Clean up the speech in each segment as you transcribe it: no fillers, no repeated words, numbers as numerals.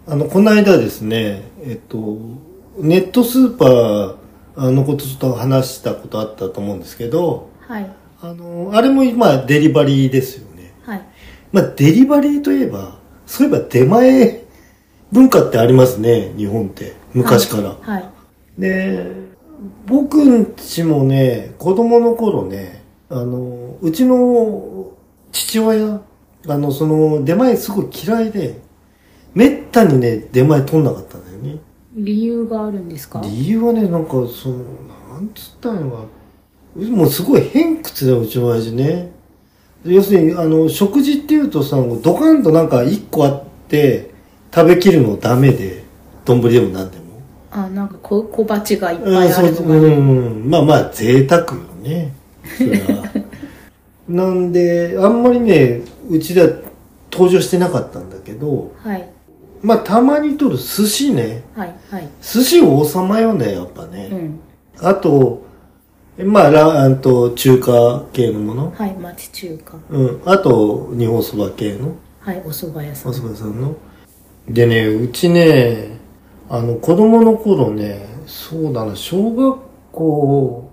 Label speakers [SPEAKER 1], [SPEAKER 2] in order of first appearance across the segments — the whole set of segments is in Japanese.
[SPEAKER 1] この間ですね、ネットスーパーのことちょっと話したことあったと思うんですけど、
[SPEAKER 2] はい。
[SPEAKER 1] あれも今デリバリーですよね。
[SPEAKER 2] はい。
[SPEAKER 1] デリバリーといえば、そういえば出前文化ってありますね、日本って。昔から。
[SPEAKER 2] はい。
[SPEAKER 1] で、僕んちもね、子供の頃ね、うちの父親、出前すごい嫌いで、めったにね、出前取んなかったんだよね。
[SPEAKER 2] 理由があるんですか？
[SPEAKER 1] 理由はね、なんつったのか、もうすごい偏屈だよ、うちの親父ね。要するに、食事っていうとさ、ドカンとなんか一個あって、食べきるのダメで、丼でもなんでも。
[SPEAKER 2] なんか小鉢がいっぱいあるのが、
[SPEAKER 1] 贅沢よね。それは。なんで、あんまりね、うちでは登場してなかったんだけど、
[SPEAKER 2] はい。
[SPEAKER 1] たまに取る寿司ね。
[SPEAKER 2] はい。はい。
[SPEAKER 1] 寿司王様よね、やっぱね。
[SPEAKER 2] うん。
[SPEAKER 1] あと、中華系のもの。
[SPEAKER 2] はい、町中華。
[SPEAKER 1] うん。あと、日本そば系の。
[SPEAKER 2] はい、お蕎麦屋さん。
[SPEAKER 1] お蕎麦屋さんの。でね、うちね、子供の頃ね、そうだな、小学校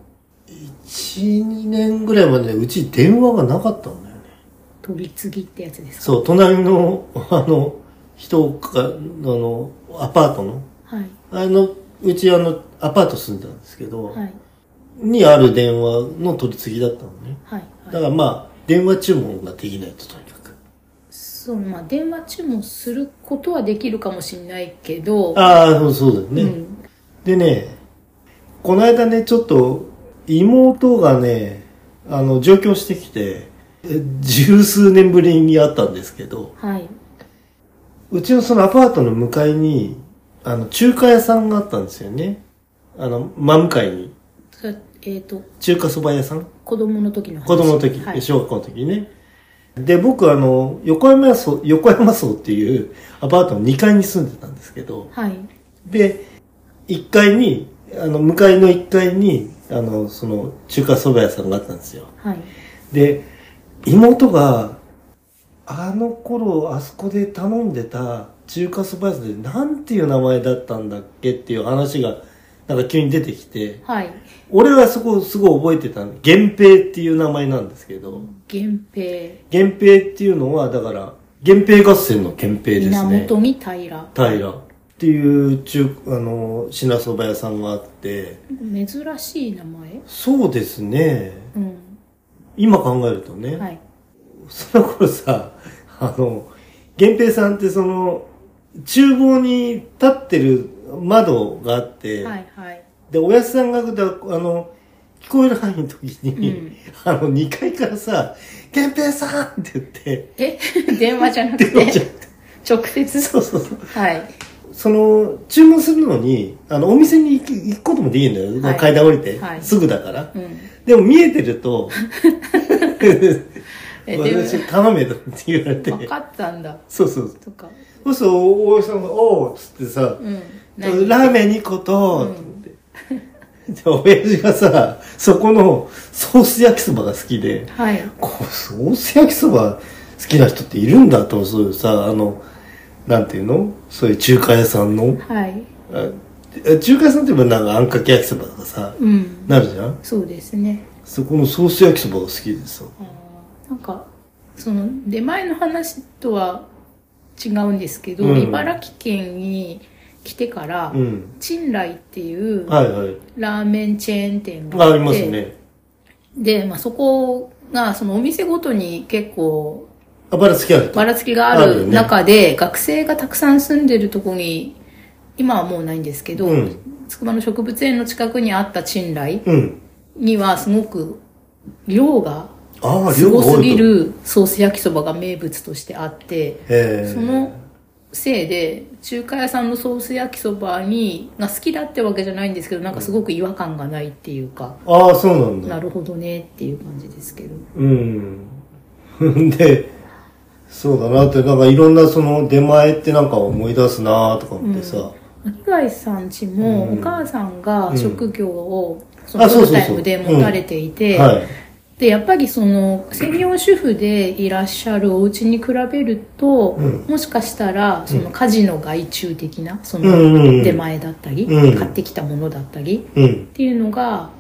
[SPEAKER 1] 1、2年ぐらいまでうち電話がなかったんだよね。
[SPEAKER 2] 取り次ぎってやつですか？
[SPEAKER 1] そう、隣の、人が、アパートの、
[SPEAKER 2] はい。
[SPEAKER 1] うちアパート住んでたんですけど、
[SPEAKER 2] はい。
[SPEAKER 1] にある電話の取り次ぎだったのね。
[SPEAKER 2] はい。
[SPEAKER 1] だから電話注文ができないととにかく。
[SPEAKER 2] そう、電話注文することはできるかもしれないけど。
[SPEAKER 1] そうだよね。
[SPEAKER 2] うん。
[SPEAKER 1] でね、この間ね、ちょっと、妹がね、上京してきて、十数年ぶりに会ったんですけど、
[SPEAKER 2] はい。
[SPEAKER 1] うちのそのアパートの向かいに、中華屋さんがあったんですよね。真向かいに。中華そば屋さん？
[SPEAKER 2] 子供の時の話。
[SPEAKER 1] 子供の時、
[SPEAKER 2] はい、
[SPEAKER 1] 小学校の時ね。で、僕横山荘っていうアパートの2階に住んでたんですけど、
[SPEAKER 2] はい。
[SPEAKER 1] で、1階に、向かいの1階に、その中華そば屋さんがあったんですよ。
[SPEAKER 2] はい。
[SPEAKER 1] で、妹が、あの頃、あそこで頼んでた中華そば屋さんでなんていう名前だったんだっけっていう話が、なんか急に出てきて、
[SPEAKER 2] はい。
[SPEAKER 1] 俺はそこすごい覚えてた源平っていう名前なんですけど、
[SPEAKER 2] 源平。
[SPEAKER 1] 源平っていうのは、だから、源平合戦の源平ですね。
[SPEAKER 2] 源に平。
[SPEAKER 1] 平。っていう品そば屋さんがあって。
[SPEAKER 2] 珍しい名前？
[SPEAKER 1] そうですね。
[SPEAKER 2] うん。
[SPEAKER 1] 今考えるとね。
[SPEAKER 2] はい。
[SPEAKER 1] その頃さ、源平さんって厨房に立ってる窓があって、
[SPEAKER 2] はいはい。
[SPEAKER 1] で、おやつさんが、聞こえる範囲の時に、2階からさ、源平さんって言って。
[SPEAKER 2] 電話じゃなくて
[SPEAKER 1] 電話じゃなくて。
[SPEAKER 2] 直接？
[SPEAKER 1] そうそうそう。
[SPEAKER 2] はい。
[SPEAKER 1] 注文するのに、お店に行くこともできるんだよ。はい、階段降りて、はい。すぐだから。うん、でも見えてると、私頼めとって言われて。
[SPEAKER 2] 分かったんだ。
[SPEAKER 1] そうそう。
[SPEAKER 2] とか。
[SPEAKER 1] そうそう、おやさんが、おーっつってさ、うん、ラーメン2個と、で、親父がさ、そこのソース焼きそばが好きで、
[SPEAKER 2] はい。
[SPEAKER 1] ソース焼きそば好きな人っているんだと、そういうさ、なんていうの？そういう中華屋さんの。
[SPEAKER 2] はい。
[SPEAKER 1] 中華屋さんって言えばなんかあんかけ焼きそばとかさ、うん、なるじゃん？
[SPEAKER 2] そうですね。
[SPEAKER 1] そこのソース焼きそばが好きでさ。
[SPEAKER 2] なんか、出前の話とは違うんですけど、うん、茨城県に来てから、うん、陳来っていう、はいはい、ラーメンチェーン店があって、
[SPEAKER 1] ありますね。
[SPEAKER 2] で、そこが、お店ごとに結構、
[SPEAKER 1] ばらつきある。
[SPEAKER 2] ばらつきがある中で、ね、学生がたくさん住んでるとこに、今はもうないんですけど、つくばの植物園の近くにあった陳来にはすごく量がすごすぎるソース焼きそばが名物としてあって、そのせいで中華屋さんのソース焼きそばが好きだってわけじゃないんですけど、なんかすごく違和感がないっていうか、
[SPEAKER 1] そうなんだ。
[SPEAKER 2] なるほどねっていう感じですけど。
[SPEAKER 1] で、そうだなって、なんかいろんな出前ってなんか思い出すなとか思ってさ。
[SPEAKER 2] 秋貝さんちもお母さんが職業をフルタイムで持たれていて、 で、やっぱりその、専業主婦でいらっしゃるお家に比べると、もしかしたら、その家事の外注的な、その出前だったり、買ってきたものだったり、っていうのが、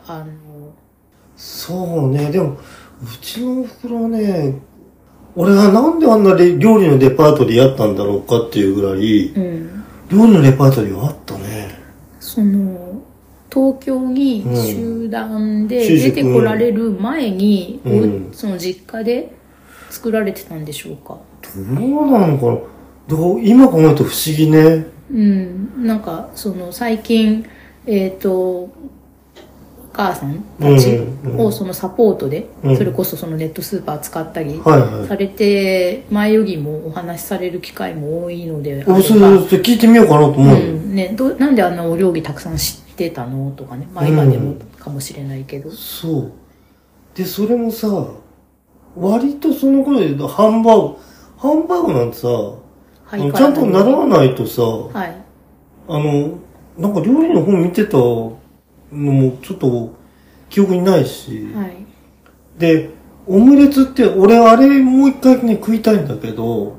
[SPEAKER 1] そうね、でも、うちのお袋はね、俺はなんであんな料理のレパートリーあったんだろうかっていうぐらい、料理のレパートリーはあったね。
[SPEAKER 2] その、東京に集団で出てこられる前に、その実家で作られてたんでしょうか。
[SPEAKER 1] どうなのかな。今考えると不思議ね。
[SPEAKER 2] なんか、その最近、お母さんたちをそのサポートで、それこそそのネットスーパー使ったりされて、前よりもお話しされる機会も多いので、
[SPEAKER 1] そう聞いてみようかなと思う。
[SPEAKER 2] ね、なんであんなお料理たくさん知ってたのとかね。まあ今でもかもしれないけど。
[SPEAKER 1] そう。で、それもさ、割とその頃でハンバーグなんてさ、ちゃんと習わないとさ、なんか料理の本見てたのもちょっと記憶にないし、で、オムレツって俺あれもう一回ね食いたいんだけど、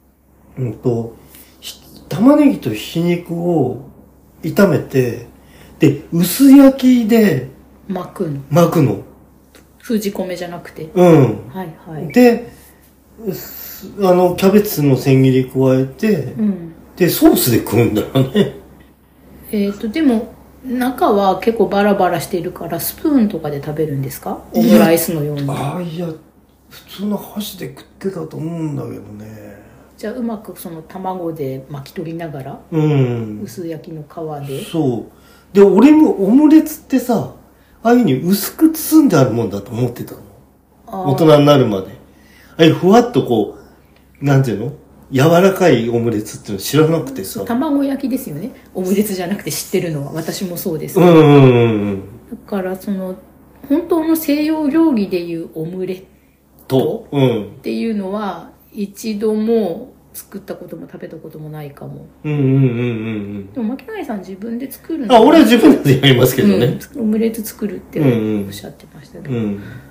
[SPEAKER 1] 玉ねぎとひき肉を炒めて、で、薄焼きで
[SPEAKER 2] 巻く
[SPEAKER 1] の。
[SPEAKER 2] 封じ込めじゃなくて。
[SPEAKER 1] で、キャベツの千切り加えて、で、ソースで食うんだよね。
[SPEAKER 2] でも、中は結構バラバラしているから、スプーンとかで食べるんですか？オムライスのように。
[SPEAKER 1] いや、普通の箸で食ってたと思うんだけどね。
[SPEAKER 2] じゃあ、うまくその卵で巻き取りながら、薄焼きの皮で。
[SPEAKER 1] そう。で、俺もオムレツってさ、ああいうふうに薄く包んであるもんだと思ってたの。大人になるまで。ああいうふわっとこう、なんていうの？柔らかいオムレツっていうの知らなくてさ。
[SPEAKER 2] 卵焼きですよね。オムレツじゃなくて知ってるのは。私もそうです。だからその、本当の西洋料理でいうオムレットっていうのは、一度も作ったことも食べたこともないかも。でも巻貝さん自分で作るの？
[SPEAKER 1] 俺は自分でやりますけどね。
[SPEAKER 2] オムレツ作るっておっしゃってましたけど。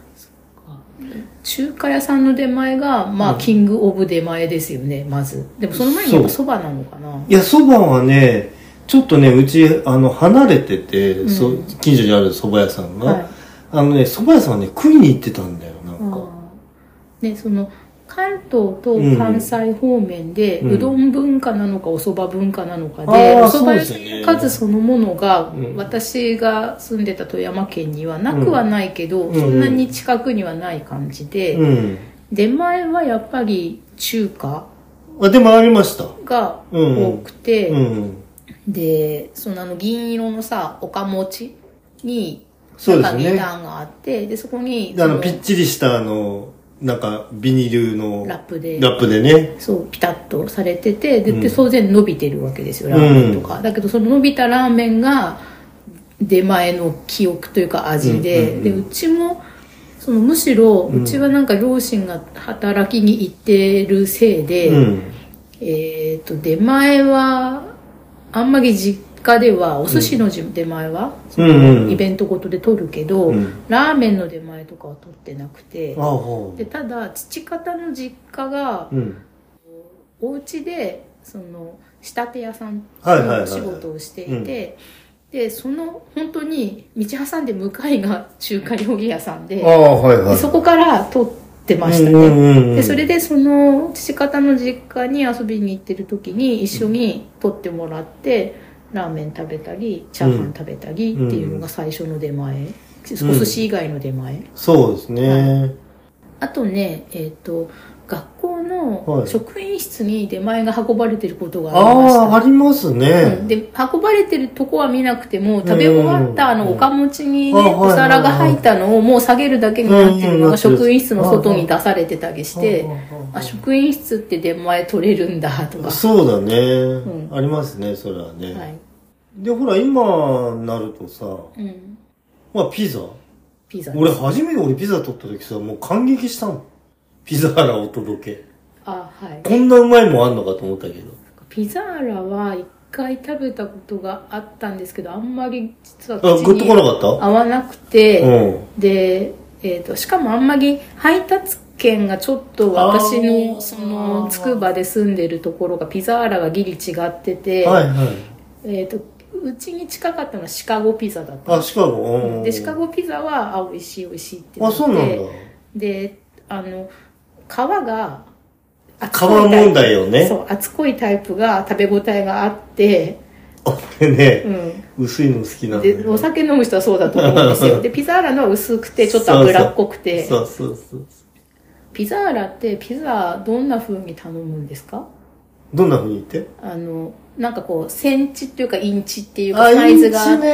[SPEAKER 2] 中華屋さんの出前が、まあ、キングオブ出前ですよね、まず。でもその前にやっぱ蕎麦なのかな？
[SPEAKER 1] いや、蕎麦はね、ちょっとね、うち、離れてて、近所にある蕎麦屋さんが、蕎麦屋さんはね、食いに行ってたんだよ、なんか。
[SPEAKER 2] ね、その、関東と関西方面で、うどん文化なのかお蕎麦文化なのかで、お蕎麦屋さんの数そのものが、私が住んでた富山県にはなくはないけど、そんなに近くにはない感じで、出前はやっぱり中華
[SPEAKER 1] でもありました
[SPEAKER 2] が多くて、で、その銀色のさ、おかもちに、中に段があって、で、そこに、
[SPEAKER 1] ぴっちりしたなんかビニールの
[SPEAKER 2] ラップで
[SPEAKER 1] ね、
[SPEAKER 2] そうピタッとされてて、で当然伸びてるわけですよ、ラーメンとか。だけどその伸びたラーメンが出前の記憶というか味で、でうちもそのむしろうちはなんか両親が働きに行ってるせいで、出前はあんまり実家ではお寿司の出前はそのイベントごとで取るけど、ラーメンの出前とかは取ってなくて、でただ父方の実家が、お家でその仕立て屋さんの仕事をしていて、でその本当に道挟んで向かいが中華料理屋さんで、でそこから取ってましたね。でそれでその父方の実家に遊びに行ってる時に一緒に取ってもらって、ラーメン食べたりチャーハン食べたりっていうのが最初の出前、お寿司以外の出前、
[SPEAKER 1] そうですね、
[SPEAKER 2] あとね、学校の職員室に出前が運ばれてることがありました。
[SPEAKER 1] ありますね、
[SPEAKER 2] で運ばれてるとこは見なくても、食べ終わったおかもちにね、お皿が入ったのをもう下げるだけになってるのが職員室の外に出されてたりして、職員室って出前取れるんだとか。
[SPEAKER 1] そうだね、ありますね、それはね。でほら今になるとさ、まあピザ俺初めてピザ取った時さ、もう感激したの。ピザーラお届け。こんなうまいもんあんのかと思ったけど。
[SPEAKER 2] ピザーラは一回食べたことがあったんですけど、あんまり実は口に合わなくて、でしかもあんまり配達券がちょっと私のそのつくばで住んでるところがピザーラがギリ違ってて、はいはい、うちに近かったのはシカゴピザだった。
[SPEAKER 1] あ、シカゴ。
[SPEAKER 2] でシカゴピザは美味しい美味しいって言って、
[SPEAKER 1] あ、そうなんだ。
[SPEAKER 2] で皮が
[SPEAKER 1] 皮問題よね。
[SPEAKER 2] そう、厚濃いタイプが食べ応えがあって、
[SPEAKER 1] 俺ね、薄いの好きなん
[SPEAKER 2] でお酒飲む人はそうだと思うんですよ。でピザーラのは薄くてちょっと脂っこくて、
[SPEAKER 1] そう
[SPEAKER 2] ピザーラってピザどんな風に頼むんですか？
[SPEAKER 1] どんな風に言って？
[SPEAKER 2] なんかこうセンチっていうかインチっていうかサイズがあって、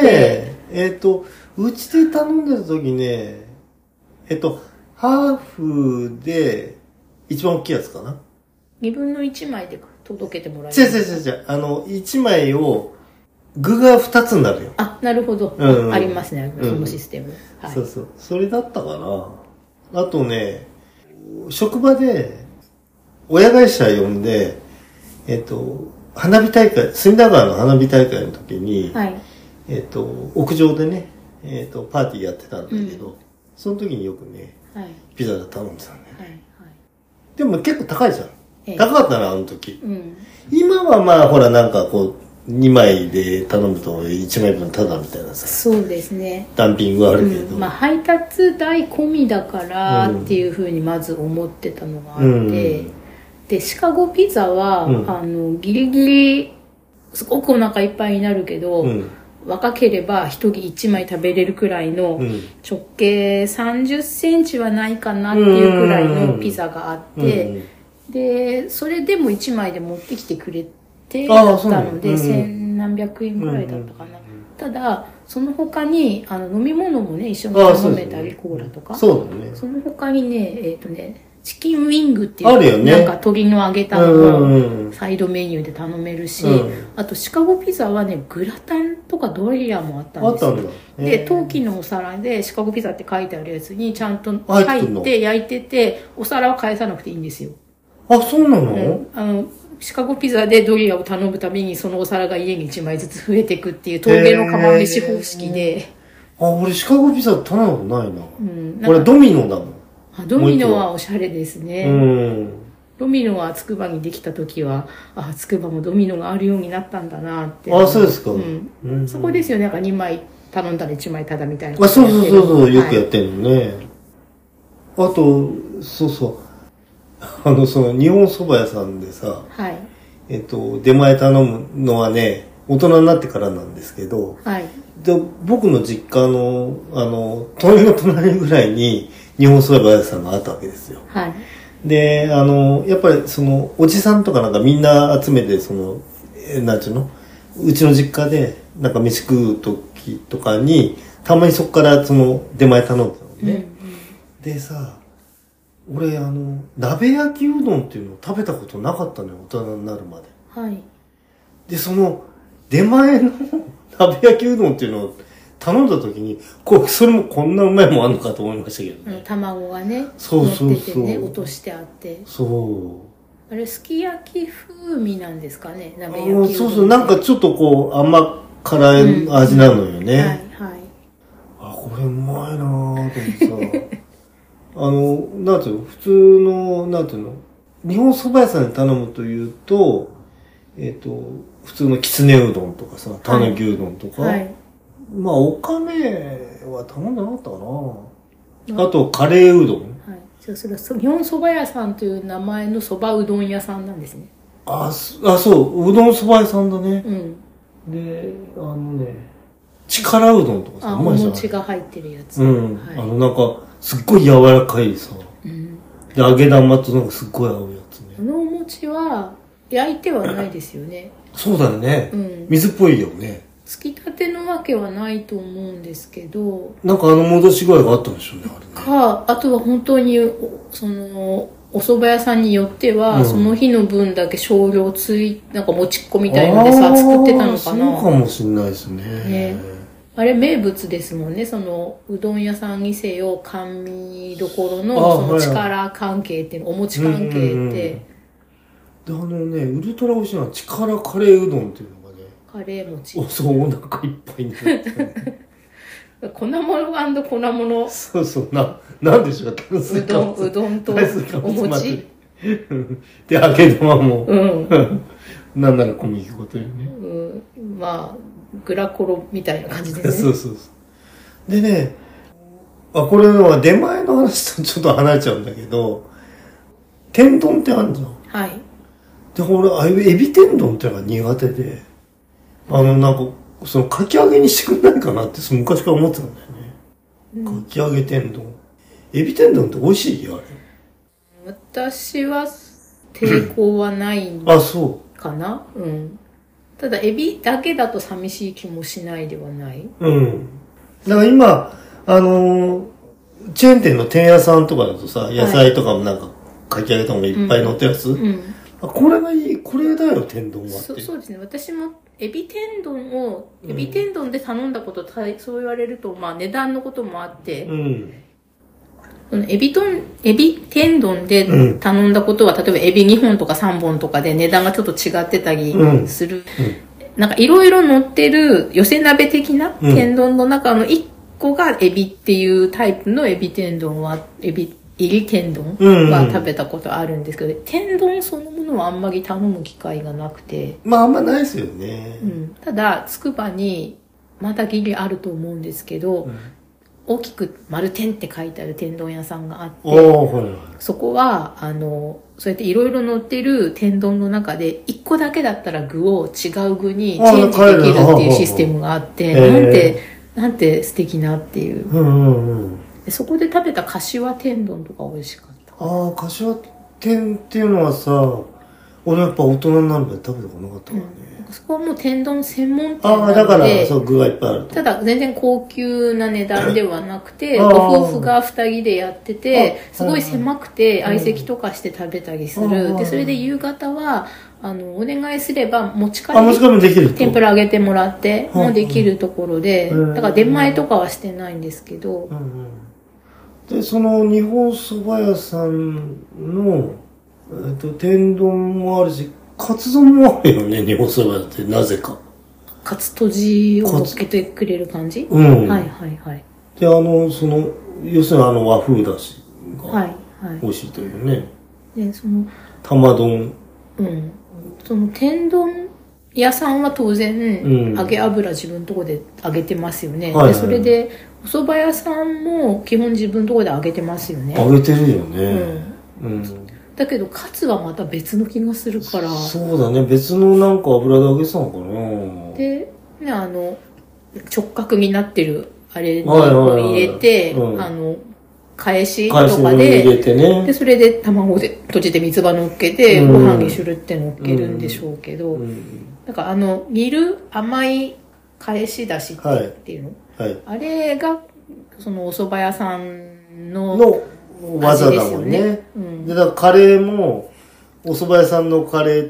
[SPEAKER 1] うちで頼んでる時ね、ハーフで一番大きいやつかな。
[SPEAKER 2] 2分の1枚で届けてもらえる。
[SPEAKER 1] 違う。1枚を具が2つになるよ。
[SPEAKER 2] あ、なるほど。ありますね、そのシステム。
[SPEAKER 1] はい、そう。それだったかな。あとね、職場で親会社呼んで、花火大会、隅田川の花火大会の時に、はい、屋上でね、パーティーやってたんだけど、その時によくね、はい、ピザで頼んでたんだよね。はいはい、でも結構高いじゃん。高かったな、あの時。今はまあ、ほら、なんかこう、2枚で頼むと1枚分タダみたいなさ。
[SPEAKER 2] そうですね。
[SPEAKER 1] ダンピングはあるけど。
[SPEAKER 2] まあ、配達代込みだからっていうふうにまず思ってたのがあって、で、シカゴピザは、ギリギリ、すごくお腹いっぱいになるけど、若ければ一人1枚食べれるくらいの、直径30センチはないかなっていうくらいのピザがあって、でそれでも1枚で持ってきてくれてだったので、千何百円くらいだったかな。ただその他に飲み物もね一緒に頼めたり、コーラとか、
[SPEAKER 1] そうだね。
[SPEAKER 2] その他にねチキンウィングっていう、なんか鶏の揚げたのをサイドメニューで頼めるし、あとシカゴピザはねグラタンとかドリアもあったんですよ。で陶器のお皿でシカゴピザって書いてあるやつにちゃんと入って焼いてて、お皿は返さなくていいんですよ。
[SPEAKER 1] あ、そうなの？
[SPEAKER 2] シカゴピザでドリアを頼むためにそのお皿が家に1枚ずつ増えていくっていう峠の釜飯方式で。
[SPEAKER 1] 俺シカゴピザ頼んだことないな。これドミノだもん。
[SPEAKER 2] ドミノはおしゃれですね。ドミノはつくばにできた時は、つくばもドミノがあるようになったんだなって。
[SPEAKER 1] あ、そうですか。
[SPEAKER 2] そこですよね。なんか2枚頼んだら1枚ただみたいな。
[SPEAKER 1] そう、よくやってんのね。あと、その日本蕎麦屋さんでさ、はい、出前頼むのはね、大人になってからなんですけど、はい、で僕の実家の、隣の隣ぐらいに日本蕎麦屋さんがあったわけですよ。はい、で、やっぱりおじさんとかなんかみんな集めて、なんちゅうの、うちの実家で、なんか飯食う時とかに、たまにそこから出前頼んでたのね。でさ、俺鍋焼きうどんっていうのを食べたことなかったのよ、大人になるまで。はい。で出前の鍋焼きうどんっていうのを頼んだ時にそれもこんなうまいもんあんのかと思いましたけどね。
[SPEAKER 2] 卵がね
[SPEAKER 1] そう
[SPEAKER 2] 乗っててね、落としてあって。
[SPEAKER 1] そう。あ
[SPEAKER 2] れすき焼き風味なんですかね、鍋焼きうどん。
[SPEAKER 1] そうなんかちょっと甘辛い味なのよね。はいはい。これうまいなぁと思ってさなんていうの、普通の、なんていうの、日本蕎麦屋さんに頼むというと、普通のきつねうどんとかさ、たぬきうどんとか、はい、まあ、おかめは頼んでなかったかな。あと、カレーうどん。はい。
[SPEAKER 2] それは日本蕎麦屋さんという名前の蕎麦うどん屋さんなんですね。
[SPEAKER 1] そう、うどん蕎麦屋さんだね。で、力うどんとかさ、
[SPEAKER 2] お餅が入ってるやつ。
[SPEAKER 1] なんか、すっごい柔らかいさ、で揚げ玉となんかすっごい合うやつね。
[SPEAKER 2] お餅は焼いてはないですよね。
[SPEAKER 1] そうだよね、水っぽいよね。
[SPEAKER 2] つきたてのわけはないと思うんですけど、
[SPEAKER 1] なんか戻し具合があったんでしょうね、あれね。
[SPEAKER 2] あとは本当にお蕎麦屋さんによっては、その日の分だけ少量なんかもちっこみたいのでさ作ってたのかな。
[SPEAKER 1] そうかもしれないですね。
[SPEAKER 2] あれ名物ですもんね。うどん屋さんにせよ甘味どころの力関係っていうの、お餅関係って。
[SPEAKER 1] でウルトラ美味しいのは力カレーうどんっていうのがね。
[SPEAKER 2] カレー餅。
[SPEAKER 1] そう、お腹いっぱいになってね。
[SPEAKER 2] 粉物粉物。
[SPEAKER 1] そうそう、なんでしょう、炭水化物。
[SPEAKER 2] うどんとお餅。
[SPEAKER 1] で、揚げ玉も。なんなら小麦粉というね。
[SPEAKER 2] まあ、グラコロみたいな感じですね。
[SPEAKER 1] そうそうそう。でね、これは出前の話とちょっと離れちゃうんだけど、天丼ってあるじゃん。
[SPEAKER 2] はい。
[SPEAKER 1] で、俺、エビ天丼ってのが苦手で、なんか、その、かき揚げにしてくれないかなって、昔から思ってたんだよね。かき揚げ天丼。エビ天丼って美味しいあれ。
[SPEAKER 2] 私は、抵抗はない
[SPEAKER 1] あ、そう
[SPEAKER 2] かな。うん。ただ、エビだけだと寂しい気もしないではない。
[SPEAKER 1] うん。だから今、チェーン店の店屋さんとかだとさ、野菜とかもなんか、かき揚げとかもいっぱい乗ったやつ、これがいい、これだよ、天丼はって。
[SPEAKER 2] そうですね。私も、エビ天丼で頼んだこと、そう言われると、まあ値段のこともあって、エビ天丼で頼んだことは、例えばエビ2本とか3本とかで値段がちょっと違ってたりする。なんかいろいろ乗ってる寄せ鍋的な天丼の中の1個がエビっていうタイプのエビ天丼は、入り天丼は食べたことあるんですけど、天丼そのものはあんまり頼む機会がなくて。
[SPEAKER 1] まああんまないですよね。
[SPEAKER 2] ただ、つくばにまたギリあると思うんですけど、大きく丸天って書いてある天丼屋さんがあって、そこは、そうやっていろいろ乗ってる天丼の中で、1個だけだったら具を違う具にチェンジできるっていうシステムがあって、なんて素敵なっていう。そこで食べた柏天丼とか美味しかった。
[SPEAKER 1] 柏天っていうのはさ、俺やっぱ大人になるまで食べたことなかったからね。
[SPEAKER 2] そこはもう天丼専門店なので、
[SPEAKER 1] だからそう具がいっぱいあると。
[SPEAKER 2] ただ全然高級な値段ではなくて、ご夫婦が2人でやってて、すごい狭くて相席とかして食べたりする。で、それで夕方は、お願いすれば持ち帰り
[SPEAKER 1] できる。
[SPEAKER 2] 天ぷら揚げてもらってもできるところで、だから出前とかはしてないんですけど。
[SPEAKER 1] で、その日本蕎麦屋さんの、天丼もあるし、カツ丼もあるよね、日本蕎麦屋ってなぜか。
[SPEAKER 2] カツとじを乗っけてくれる感じ？はいはいはい。
[SPEAKER 1] で、要するに和風だしが美味しいというね。
[SPEAKER 2] で、
[SPEAKER 1] 玉丼。
[SPEAKER 2] その天丼屋さんは当然、揚げ油自分のとこで揚げてますよね。で、それで、お蕎麦屋さんも基本自分のとこで揚げてますよね。
[SPEAKER 1] 揚げてるよね。
[SPEAKER 2] だけど、カツはまた別の気がするから。
[SPEAKER 1] そうだね、別のなんか油で揚げてたのかな。
[SPEAKER 2] で、ね、直角になってる、あれに入れて、返しとかで、で、それで卵で閉じて三つ葉乗っけて、ご飯にシュルって乗っけるんでしょうけど、なんか煮る甘い返しだしっていうの、あれが、そのお蕎麦屋さんの
[SPEAKER 1] 技だもんね。で、だからカレーも、お蕎麦屋さんのカレーって、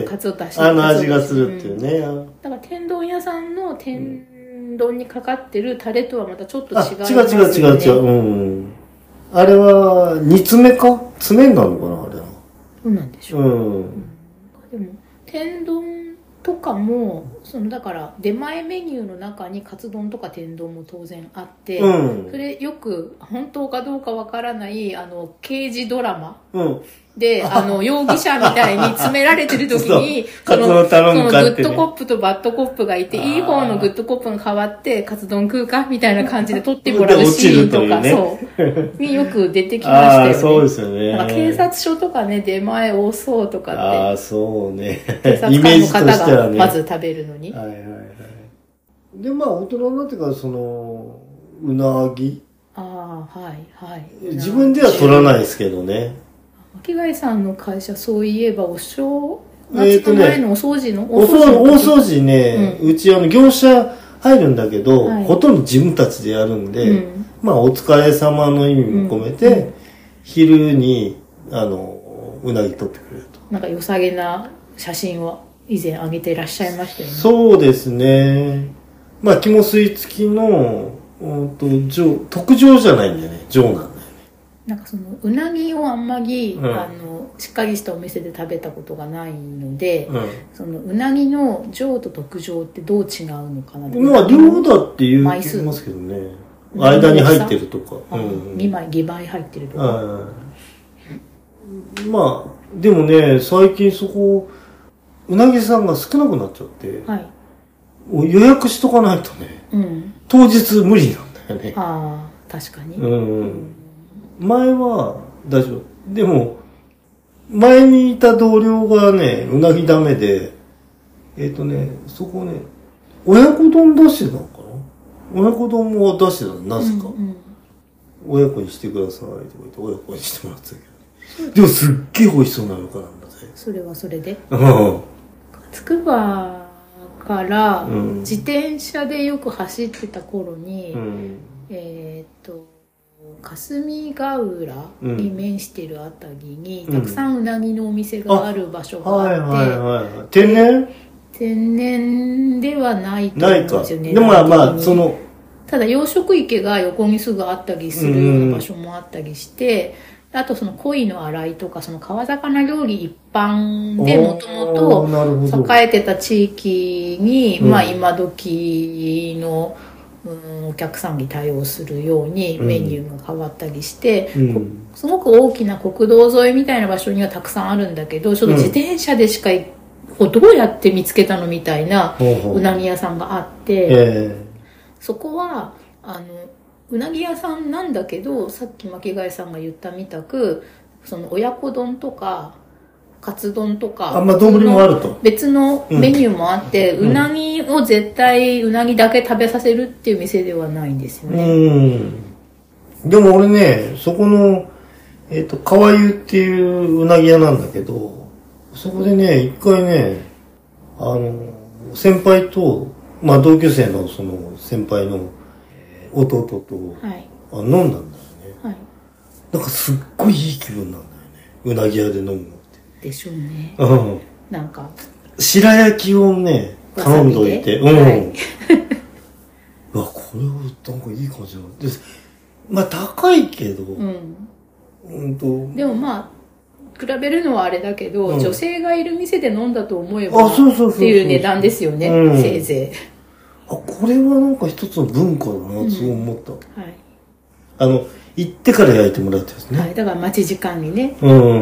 [SPEAKER 1] 味がするっていうね。
[SPEAKER 2] だから天丼屋さんの天丼にかかってるタレとはまたちょっと違います
[SPEAKER 1] よね。違う。あれは、煮詰めか詰めんなのかなあれは。
[SPEAKER 2] そうなんでしょう。でも、天丼とかも、だから、出前メニューの中にカツ丼とか天丼も当然あって、それよく、本当かどうかわからない、刑事ドラマで、容疑者みたいに詰められてる時に、そのグッドコップとバッドコップがいて、いい方のグッドコップが変わって、カツ丼食うかみたいな感じで撮ってもらうシーンとか、によく出てきましたよね。
[SPEAKER 1] そうですよね。
[SPEAKER 2] なんか警察署とかね、出前多そうとかって。
[SPEAKER 1] そうね。
[SPEAKER 2] 警察官の方がまず食べるのに。
[SPEAKER 1] で、まあ、大人になってから、うなぎ。自分では取らないですけどね。
[SPEAKER 2] 巻貝さんの会社、そういえば、お正月の前のお掃除の
[SPEAKER 1] 大掃除ね、うち業者入るんだけど、ほとんど自分たちでやるんで、まあ、お疲れ様の意味も込めて、昼に、うなぎ取ってくれると。
[SPEAKER 2] なんか良さげな写真を以前上げていらっしゃいましたよね。
[SPEAKER 1] そうですね。まあ、肝吸い付きの、特上じゃないんだよね。上なんだよね。
[SPEAKER 2] なんかそのうなぎをあんまり、しっかりしたお店で食べたことがないので、そのうなぎの上と特上ってどう違うのかなって。
[SPEAKER 1] まあ量だって言いますけどね。間に入ってるとか。
[SPEAKER 2] 2枚2倍入ってるとか。
[SPEAKER 1] まあでもね、最近そこうなぎさんが少なくなっちゃって、予約しとかないとね、当日無理なんだよね。
[SPEAKER 2] ああ、確かに。
[SPEAKER 1] 前は大丈夫。でも前にいた同僚がね、うなぎダメで、そこね、親子丼出してたのかな。親子丼も出してたの、なぜか。親子にしてくださいとか言って親子にしてもらってたけど。でもすっげえ美味しそうなのかなんだぜ。
[SPEAKER 2] それはそれで。つくばから自転車でよく走ってた頃に、霞ヶ浦に面しているあたりに、たくさんうなぎのお店がある場所があって、天然ではないと思うんですよね。
[SPEAKER 1] でもまあその
[SPEAKER 2] ただ養殖池が横にすぐあったりするような場所もあったりして、あとその鯉の洗いとかその川魚料理一般でもともと栄えてた地域に、まあ今時のお客さんに対応するようにメニューが変わったりして、すごく大きな国道沿いみたいな場所にはたくさんあるんだけど、ちょっと自転車でしかどうやって見つけたのみたいなうなぎ屋さんがあって、そこはうなぎ屋さんなんだけど、さっき巻貝さんが言ったみたくその親子丼とかカツ丼とか
[SPEAKER 1] 丼もあると
[SPEAKER 2] 別のメニューもあって、うなぎを絶対うなぎだけ食べさせるっていう店ではないんですよね。
[SPEAKER 1] でも俺ね、そこの川湯っていううなぎ屋なんだけど、そこでね一回ね先輩と、まあ、同級生のその先輩の弟と、飲んだんだよね。なんかすっごいいい気分なんだよね、うなぎ屋で飲むのって。
[SPEAKER 2] でしょうね。なんか
[SPEAKER 1] 白焼きをね頼んどいて、うわこれはなんかいい感じなんです。まあ高いけど、
[SPEAKER 2] でもまあ比べるのはあれだけど、女性がいる店で飲んだと思えばっていう値段ですよね、せいぜい。
[SPEAKER 1] これはなんか一つの文化だなとそう思った。行ってから焼いてもらうってやつね。
[SPEAKER 2] だから待ち時間にね。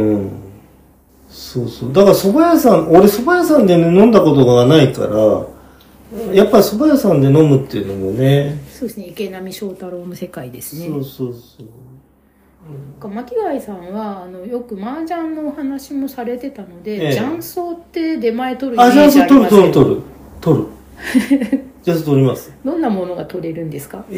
[SPEAKER 1] そうそう。だから蕎麦屋さん、俺蕎麦屋さんで、ね、飲んだことがないから、やっぱり蕎麦屋さんで飲むっていうのもね。
[SPEAKER 2] そうですね、池波正太郎の世界ですね。
[SPEAKER 1] そうそう。
[SPEAKER 2] 巻貝さんはよく麻雀のお話もされてたので、雀荘って出前取るイメージありますよね。
[SPEAKER 1] 取るじゃあ取ります。
[SPEAKER 2] どんなものが取れるんですか？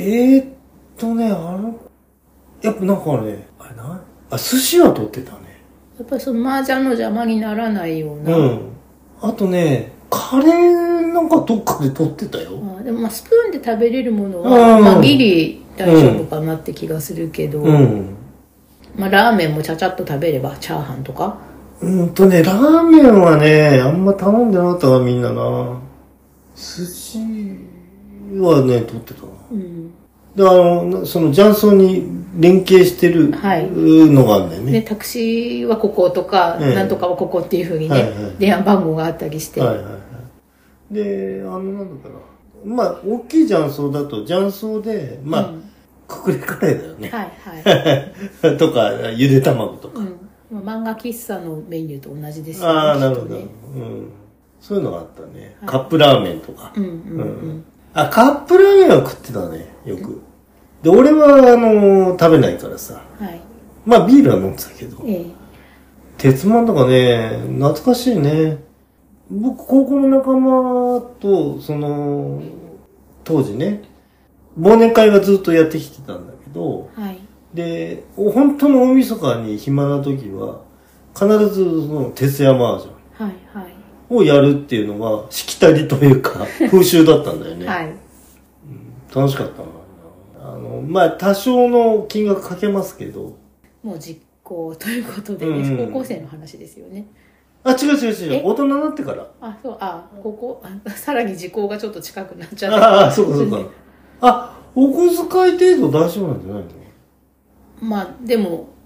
[SPEAKER 1] やっぱなんかね、寿司は取ってたね。
[SPEAKER 2] やっぱりその麻雀の邪魔にならないような。
[SPEAKER 1] あとね、カレーなんかどっかで取ってたよ。
[SPEAKER 2] でもまあスプーンで食べれるものは、ギリ大丈夫かなって気がするけど、まあラーメンもちゃちゃっと食べればチャーハンとか。
[SPEAKER 1] ラーメンはね、あんま頼んでなかったわみんなな。寿司はね取ってたな。でその雀荘に連携してるのがあるんだよね。
[SPEAKER 2] タクシーはこことか、なんとかはここっていうふうにね、電話番号があったりして。
[SPEAKER 1] でなんだかな、まあ大きい雀荘だと雀荘でまあ、くくりカレーだよね。とかゆで卵とか。
[SPEAKER 2] 漫画喫茶のメニューと同じです
[SPEAKER 1] よね。なるほど。そういうのがあったね。カップラーメンとか。カップラーメンは食ってたね、よく。で、俺は食べないからさ。まあビールは飲んでたけど。鉄マンとかね、懐かしいね。僕、高校の仲間と、当時ね、忘年会がずっとやってきてたんだけど、で、本当の大晦日に暇な時は、必ず徹夜麻雀をやるっていうのが、しきたりというか、風習だったんだよね。楽しかったな。まあ、多少の金額かけますけど。
[SPEAKER 2] もう実行ということでね、高校生の話ですよね。
[SPEAKER 1] 違う。大人になってから。
[SPEAKER 2] さらに時効がちょっと近くなっちゃって。
[SPEAKER 1] そうか。お小遣い程度大丈夫なんじゃないの？
[SPEAKER 2] まあ、でも、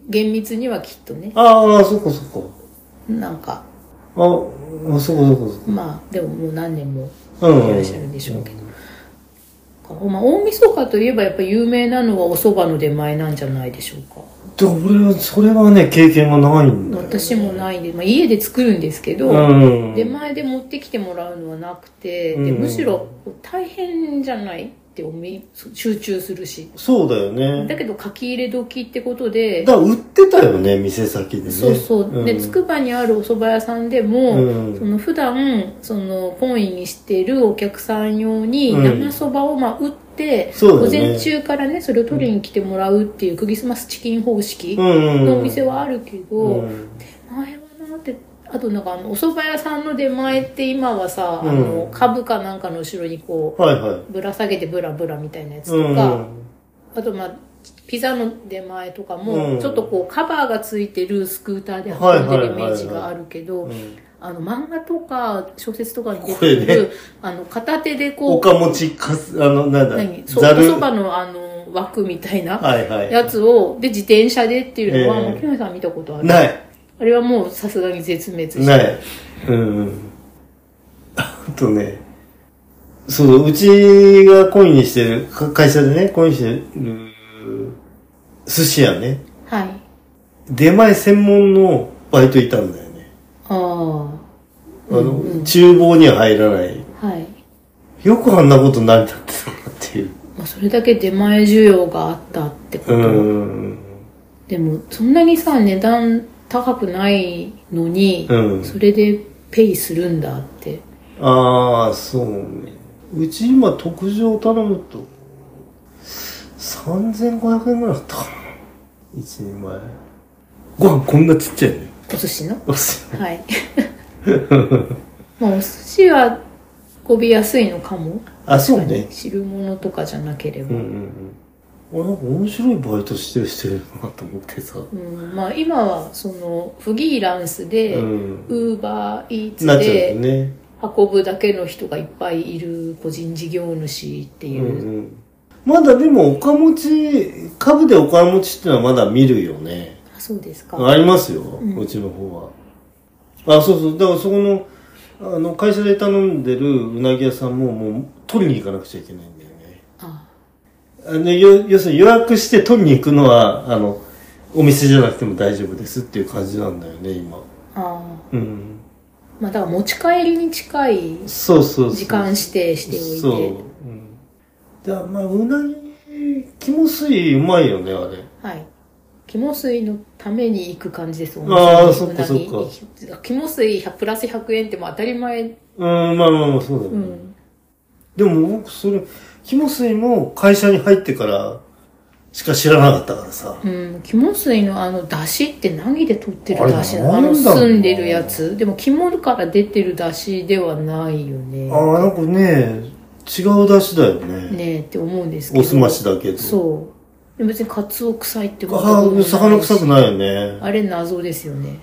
[SPEAKER 2] 厳密にはきっとね。
[SPEAKER 1] ああ、そこそこ。
[SPEAKER 2] なんか。
[SPEAKER 1] そこそこ。
[SPEAKER 2] まあ、でももう何年もいらっしゃるんでしょうけど。まあ、大晦日といえばやっぱ有名なのはお蕎麦の出前なんじゃないでしょうか。
[SPEAKER 1] それはね、経験がないんだよ、ね。
[SPEAKER 2] 私もないんで、まあ、家で作るんですけど、出前で持ってきてもらうのはなくて、でむしろ大変じゃないって集中するし。
[SPEAKER 1] そうだよね。
[SPEAKER 2] だけど書き入れ時ってことで。
[SPEAKER 1] だから売ってたよね、店先でね。
[SPEAKER 2] そうそう。で、つくばにあるお蕎麦屋さんでも、その普段、懇意にしてるお客さん用に生蕎麦を売って、午前中からね、それを取りに来てもらうっていうクリスマスチキン方式のお店はあるけど、出前はなって、あとなんかお蕎麦屋さんの出前って今はさ、株かなんかの後ろにこう、ぶら下げてブラブラみたいなやつとか、あとピザの出前とかも、ちょっとこうカバーがついてるスクーターで運んでるイメージがあるけど、漫画とか小説とかに出てくる、片手でこう、
[SPEAKER 1] おかもちかす、なんだ、
[SPEAKER 2] お蕎麦の枠みたいなやつを、で、自転車でっていうのは、木下さん見たことある？
[SPEAKER 1] ない。
[SPEAKER 2] あれはもうさすがに絶滅して。
[SPEAKER 1] ない。あとね、うちがコインにしてる、会社でね、コインにしてる、寿司屋ね。
[SPEAKER 2] はい。
[SPEAKER 1] 出前専門のバイトいたんだよね。厨房には入らない。
[SPEAKER 2] はい。
[SPEAKER 1] よくあんなことになったっていう。
[SPEAKER 2] それだけ出前需要があったってこと。でも、そんなにさ、値段高くないのに、それでペイするんだって。
[SPEAKER 1] ああ、そうね。うち今特上頼むと、3500円ぐらいだったかな。一人前。ご飯こんなちっちゃいね。
[SPEAKER 2] お寿司の？
[SPEAKER 1] お寿司。
[SPEAKER 2] はい。お寿司は運びやすいのかも。
[SPEAKER 1] あ、そうね。
[SPEAKER 2] 汁物とかじゃなければ。
[SPEAKER 1] なんか面白いバイトしてるなと思ってさ。
[SPEAKER 2] 今はフリーランスで、ウーバーイーツで運ぶだけの人がいっぱいいる個人事業主っていう。
[SPEAKER 1] まだでもおかもち、株でおかもちっていうのはまだ見るよね。
[SPEAKER 2] あ、そうですか。
[SPEAKER 1] ありますよ、うちの方は。そうそう。だからそこの、会社で頼んでるうなぎ屋さんももう取りに行かなくちゃいけないんだよね。要するに予約して取りに行くのは、お店じゃなくても大丈夫ですっていう感じなんだよね、今。
[SPEAKER 2] だから持ち帰りに近い時間指定しておいて。
[SPEAKER 1] うなぎ、肝水うまいよね、あれ。
[SPEAKER 2] はい。肝水のために行く感じです。
[SPEAKER 1] ああ、そっかそっか。
[SPEAKER 2] 肝水プラス100円っても当たり前。
[SPEAKER 1] まあ、そうだね。でも僕、肝水も会社に入ってからしか知らなかったからさ。
[SPEAKER 2] 肝水の出汁って何で取ってる出汁なの？澄んでるやつ。でも肝から出てる出汁ではないよね。
[SPEAKER 1] なんかね、違う出汁だよね。
[SPEAKER 2] ねえって思うんですけど。
[SPEAKER 1] おすましだけど。
[SPEAKER 2] そう。別にカツオ臭いってこともないし。
[SPEAKER 1] 魚臭くないよね。
[SPEAKER 2] あれ謎ですよね。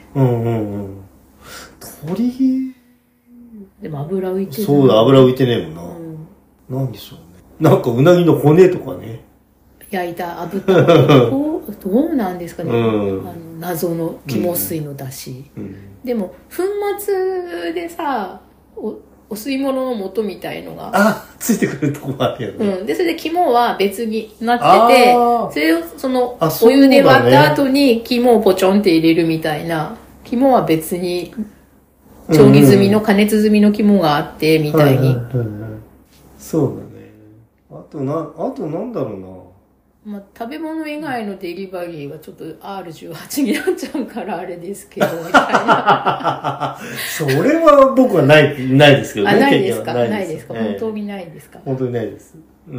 [SPEAKER 1] 鳥。
[SPEAKER 2] でも油浮いてる。
[SPEAKER 1] そうだ、油浮いてねえもんな。なんでしょうね。なんかうなぎの骨とかね。
[SPEAKER 2] 焼いた炙ったどうなんですかね。謎の肝水の出汁。でも粉末でさ、お吸い物の素みたいのが
[SPEAKER 1] ついてくるとこもあるよね。
[SPEAKER 2] でそれで肝は別になってて、それをお湯で割った後に肝をポチョンって入れるみたいな。肝は別に調理済みの加熱済みの肝があってみたいに。
[SPEAKER 1] そうだね。あとなんだろうな。
[SPEAKER 2] 食べ物以外のデリバリーはちょっと R18 になっちゃうからあれですけど、みたいな。
[SPEAKER 1] それは僕はないですけどね。
[SPEAKER 2] ないですか？ないですか？本当にないですか？
[SPEAKER 1] 本当にないです。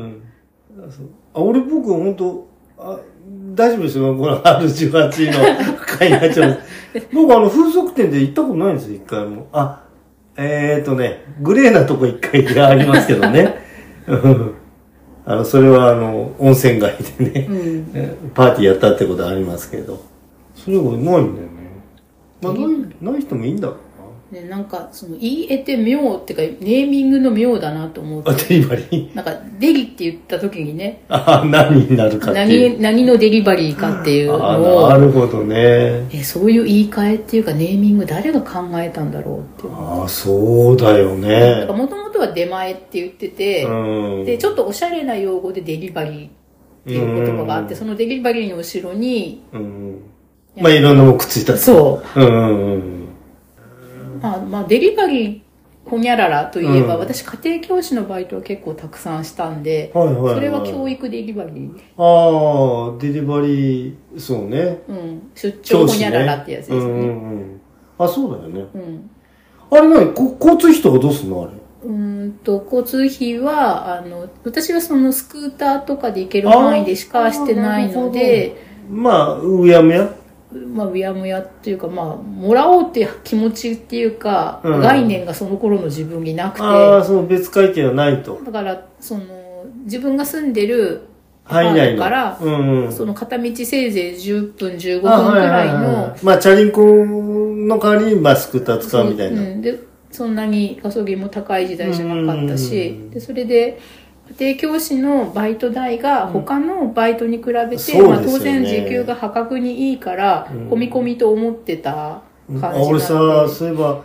[SPEAKER 1] 僕本当、大丈夫ですよ。この R18 の会になっちゃう。僕風俗店で行ったことないんですよ、一回も。グレーなとこ一回ありますけどね。それは温泉街でね、パーティーやったってことはありますけど、それがないんだよね。ない人もいいんだろ
[SPEAKER 2] ね、なんか、言い得て妙っていうか、ネーミングの妙だなと思って。
[SPEAKER 1] デリバリー
[SPEAKER 2] なんか、デリって言った時にね。
[SPEAKER 1] 何になるかっていう。
[SPEAKER 2] 何のデリバリーかっていうのを。
[SPEAKER 1] なるほどね。
[SPEAKER 2] そういう言い換えっていうか、ネーミング誰が考えたんだろうっていう。
[SPEAKER 1] そうだよね。
[SPEAKER 2] もともとは出前って言ってて、で、ちょっとおしゃれな用語でデリバリーっていう言葉があって、そのデリバリーの後ろに、
[SPEAKER 1] まあ、いろんなもんくっついた。
[SPEAKER 2] そう。まあ、デリバリー、ほにゃららといえば、私家庭教師のバイトは結構たくさんしたんで、それは教育デリバリー。
[SPEAKER 1] デリバリー、そうね。
[SPEAKER 2] 出張ほにゃららってやつですね。
[SPEAKER 1] そうだよね。あれ何交通費とかどうすんのあれ。
[SPEAKER 2] 交通費は、私はそのスクーターとかで行ける範囲でしかしてないので、
[SPEAKER 1] まあ、うやむや
[SPEAKER 2] うやむやっていうか、もらおうっていう気持ちっていうか、概念がその頃の自分になくて。
[SPEAKER 1] その別会計はないと。
[SPEAKER 2] だから、自分が住んでるアパートから、その片道せいぜい10分、15分くらいの。
[SPEAKER 1] まあ、チャリンコの代わりに、スクーター使うみたいな。
[SPEAKER 2] で、そんなにガソリンも高い時代じゃなかったし、で、それで、家庭教師のバイト代が他のバイトに比べて、当然時給が破格にいいから、込み込みと思ってた感じなので。
[SPEAKER 1] 俺さ、そういえば、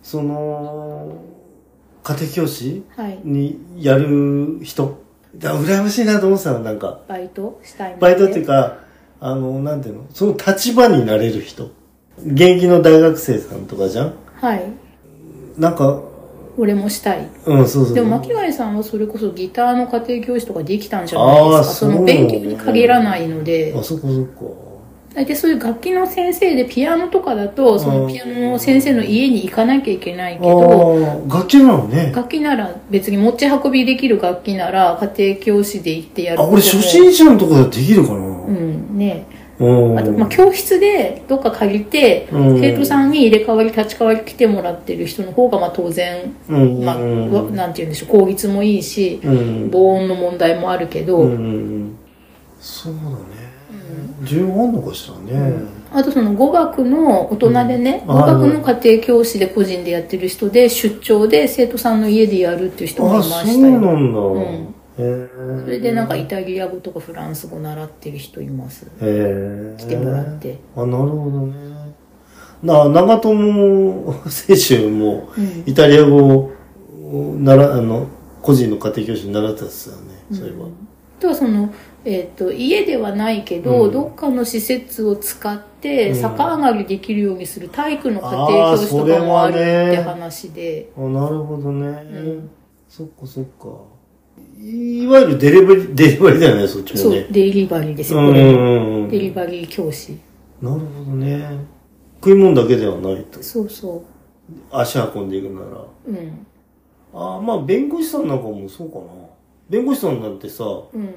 [SPEAKER 1] 家庭教師にやる人、羨ましいなと思ってたの、なんか。
[SPEAKER 2] バイトしたいの。
[SPEAKER 1] バイトっていうか、なんていうの、その立場になれる人。現役の大学生さんとかじゃん？
[SPEAKER 2] はい。
[SPEAKER 1] なんか、
[SPEAKER 2] 俺もしたい。
[SPEAKER 1] そう。
[SPEAKER 2] でも巻貝さんはそれこそギターの家庭教師とかできたんじゃないですか。その勉強に限らないので。
[SPEAKER 1] そっか。
[SPEAKER 2] 大体そういう楽器の先生でピアノとかだと、そのピアノの先生の家に行かなきゃいけないけど、
[SPEAKER 1] 楽器なのね。
[SPEAKER 2] 楽器なら別に持ち運びできる楽器なら家庭教師で行ってやる。
[SPEAKER 1] 俺初心者のところでできるかな。
[SPEAKER 2] ね。あと、教室でどっか借りて、生徒さんに入れ替わり立ち替わり来てもらってる人の方が当然、なんて言うんでしょう、効率もいいし、防音の問題もあるけど、
[SPEAKER 1] そうだね。需要あんのかしらね。
[SPEAKER 2] あと語学の大人でね、語学の家庭教師で個人でやってる人で出張で生徒さんの家でやるっていう人もいましたよ。
[SPEAKER 1] そうなんだ。
[SPEAKER 2] それでなんかイタリア語とかフランス語習ってる人います。来てもらって。
[SPEAKER 1] なるほどね。長友選手もイタリア語を個人の家庭教師に習ってたんですよね。そういえば。
[SPEAKER 2] あとは家ではないけど、どっかの施設を使って逆上がりできるようにする体育の家庭教師とかもあるって話で。
[SPEAKER 1] なるほどね。そっか。いわゆるデリバリーだよね、そっちもね。
[SPEAKER 2] そう、デリバリーですよ、これも。デリバリー教師。
[SPEAKER 1] なるほどね。食い物だけではないと。
[SPEAKER 2] そう。
[SPEAKER 1] 足運んでいくなら。まあ、弁護士さんなんかもそうかな。弁護士さんなんてさ、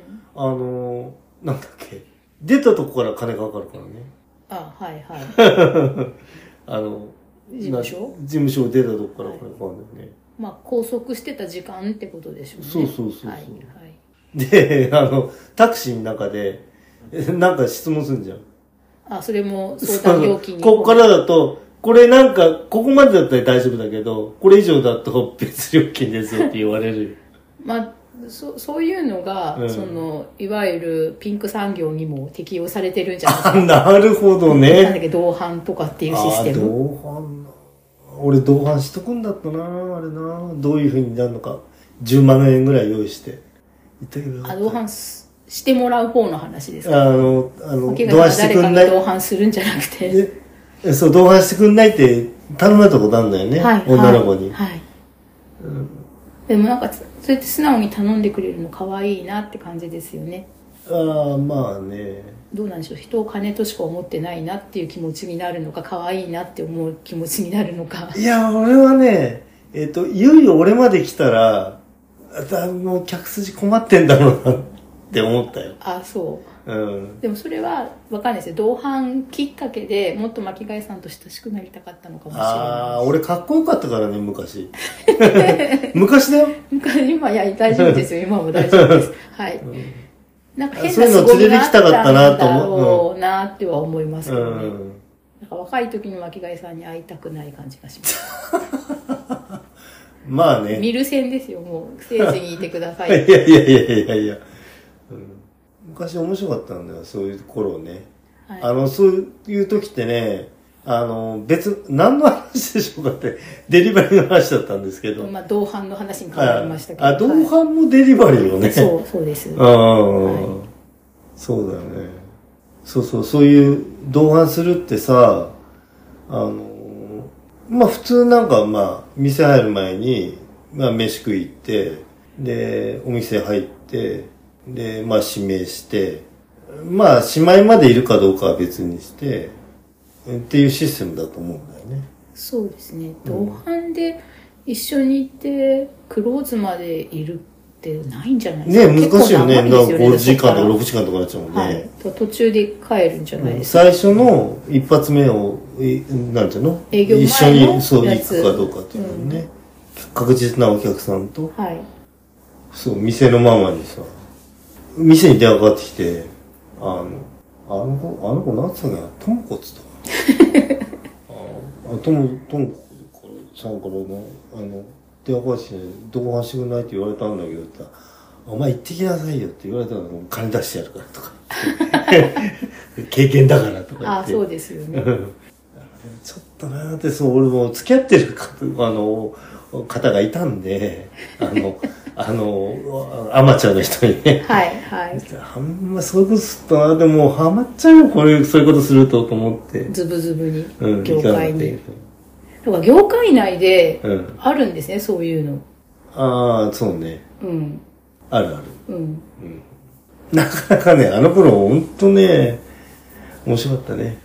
[SPEAKER 1] なんだっけ。出たとこから金かかるからね。
[SPEAKER 2] はい。事
[SPEAKER 1] 務所出たとこから金かかるんだよね。
[SPEAKER 2] 拘束してた時間ってことでしょうね。
[SPEAKER 1] そう。で、タクシーの中で、なんか質問するんじゃん。
[SPEAKER 2] それも相談料金に。
[SPEAKER 1] ここからだと、これなんか、ここまでだったら大丈夫だけど、これ以上だと別料金ですよって言われる。
[SPEAKER 2] そういうのが、いわゆるピンク産業にも適用されてるんじゃないですか。
[SPEAKER 1] なるほどね。
[SPEAKER 2] なんだっけ、同伴とかっていうシステム。
[SPEAKER 1] 同伴俺同伴しとくんだったな、あれな。どういう風になるのか。10万円ぐらい用意して。
[SPEAKER 2] 同伴してもらう方の話ですか？
[SPEAKER 1] 同伴してくんない。
[SPEAKER 2] 同伴するんじゃなくて。
[SPEAKER 1] そう、同伴してくんないって頼まれたことあるんだよね。女の子に。で
[SPEAKER 2] もなんか、そうやって素直に頼んでくれるの可愛いなって感じですよね。
[SPEAKER 1] まあね。
[SPEAKER 2] どうなんでしょう。人を金としか思ってないなっていう気持ちになるのか、可愛いなって思う気持ちになるのか。
[SPEAKER 1] いや、俺はね、いよいよ俺まで来たら、もう客筋困ってんだろうなって思ったよ。
[SPEAKER 2] そう。でもそれは分かんないですよ。同伴きっかけでもっと巻貝さんと親しくなりたかったのかもしれない。
[SPEAKER 1] 俺かっこよかったからね、昔。昔だよ。
[SPEAKER 2] 今、大丈夫ですよ。今も大丈夫です。はい。なんか変な
[SPEAKER 1] そういうの連れてきたかったなと
[SPEAKER 2] 思うなっては思いますけどね。 なんか若い時の巻貝さんに会いたくない感じがします。
[SPEAKER 1] まあね。
[SPEAKER 2] 見る線ですよ、もう。ステージにいてください。
[SPEAKER 1] いやいやいやいやいや、うん。昔面白かったんだよ、そういう頃ね。はい、そういう時ってね、何の話でしょうかって、デリバリーの話だったんですけど。
[SPEAKER 2] まあ、同伴の話に変わりましたけど。
[SPEAKER 1] 同伴もデリバリーよね。
[SPEAKER 2] そうです。
[SPEAKER 1] はい、そうだよね。そういう同伴するってさ、まあ普通なんかまあ、店入る前に、まあ飯食い行って、で、お店入って、で、まあ指名して、まあ、しまいまでいるかどうかは別にして、っていうシステムだと思うんだよね。
[SPEAKER 2] そうですね。同伴で一緒にいて、クローズまでいるってないんじゃないですか。
[SPEAKER 1] ね、難しいよね。だから5時間とか6時間とかなっちゃうもんね。はい。
[SPEAKER 2] 途中で帰るんじゃないですか。
[SPEAKER 1] 最初の一発目を、なんていうの
[SPEAKER 2] 営業前の
[SPEAKER 1] 一緒にそう行くかどうかっていうのね、確実なお客さんと、
[SPEAKER 2] はい。
[SPEAKER 1] そう、店のママにさ、店に電話かかってきて、あの子なんつったんだよ、ともこっつったともこさんから電話かかってきて、どこ走してくんないって言われたんだけどって、お前行ってきなさいよって言われたら、金出してやるからとか。経験だからとか言って。
[SPEAKER 2] あ、そうですよね。
[SPEAKER 1] ちょっとなーって、そう、俺も付き合ってる方がいたんで、アマチュアの人にね。
[SPEAKER 2] はいはい。
[SPEAKER 1] あんまそういうことするとな、でもハマっちゃうよ、そういうことすると思って。
[SPEAKER 2] ズブズブに。業界に。だから業界内で、あるんですね、そういうの。
[SPEAKER 1] ああ、そうね。
[SPEAKER 2] うん。
[SPEAKER 1] あるある。なかなかね、あの頃、ほんとね、面白かったね。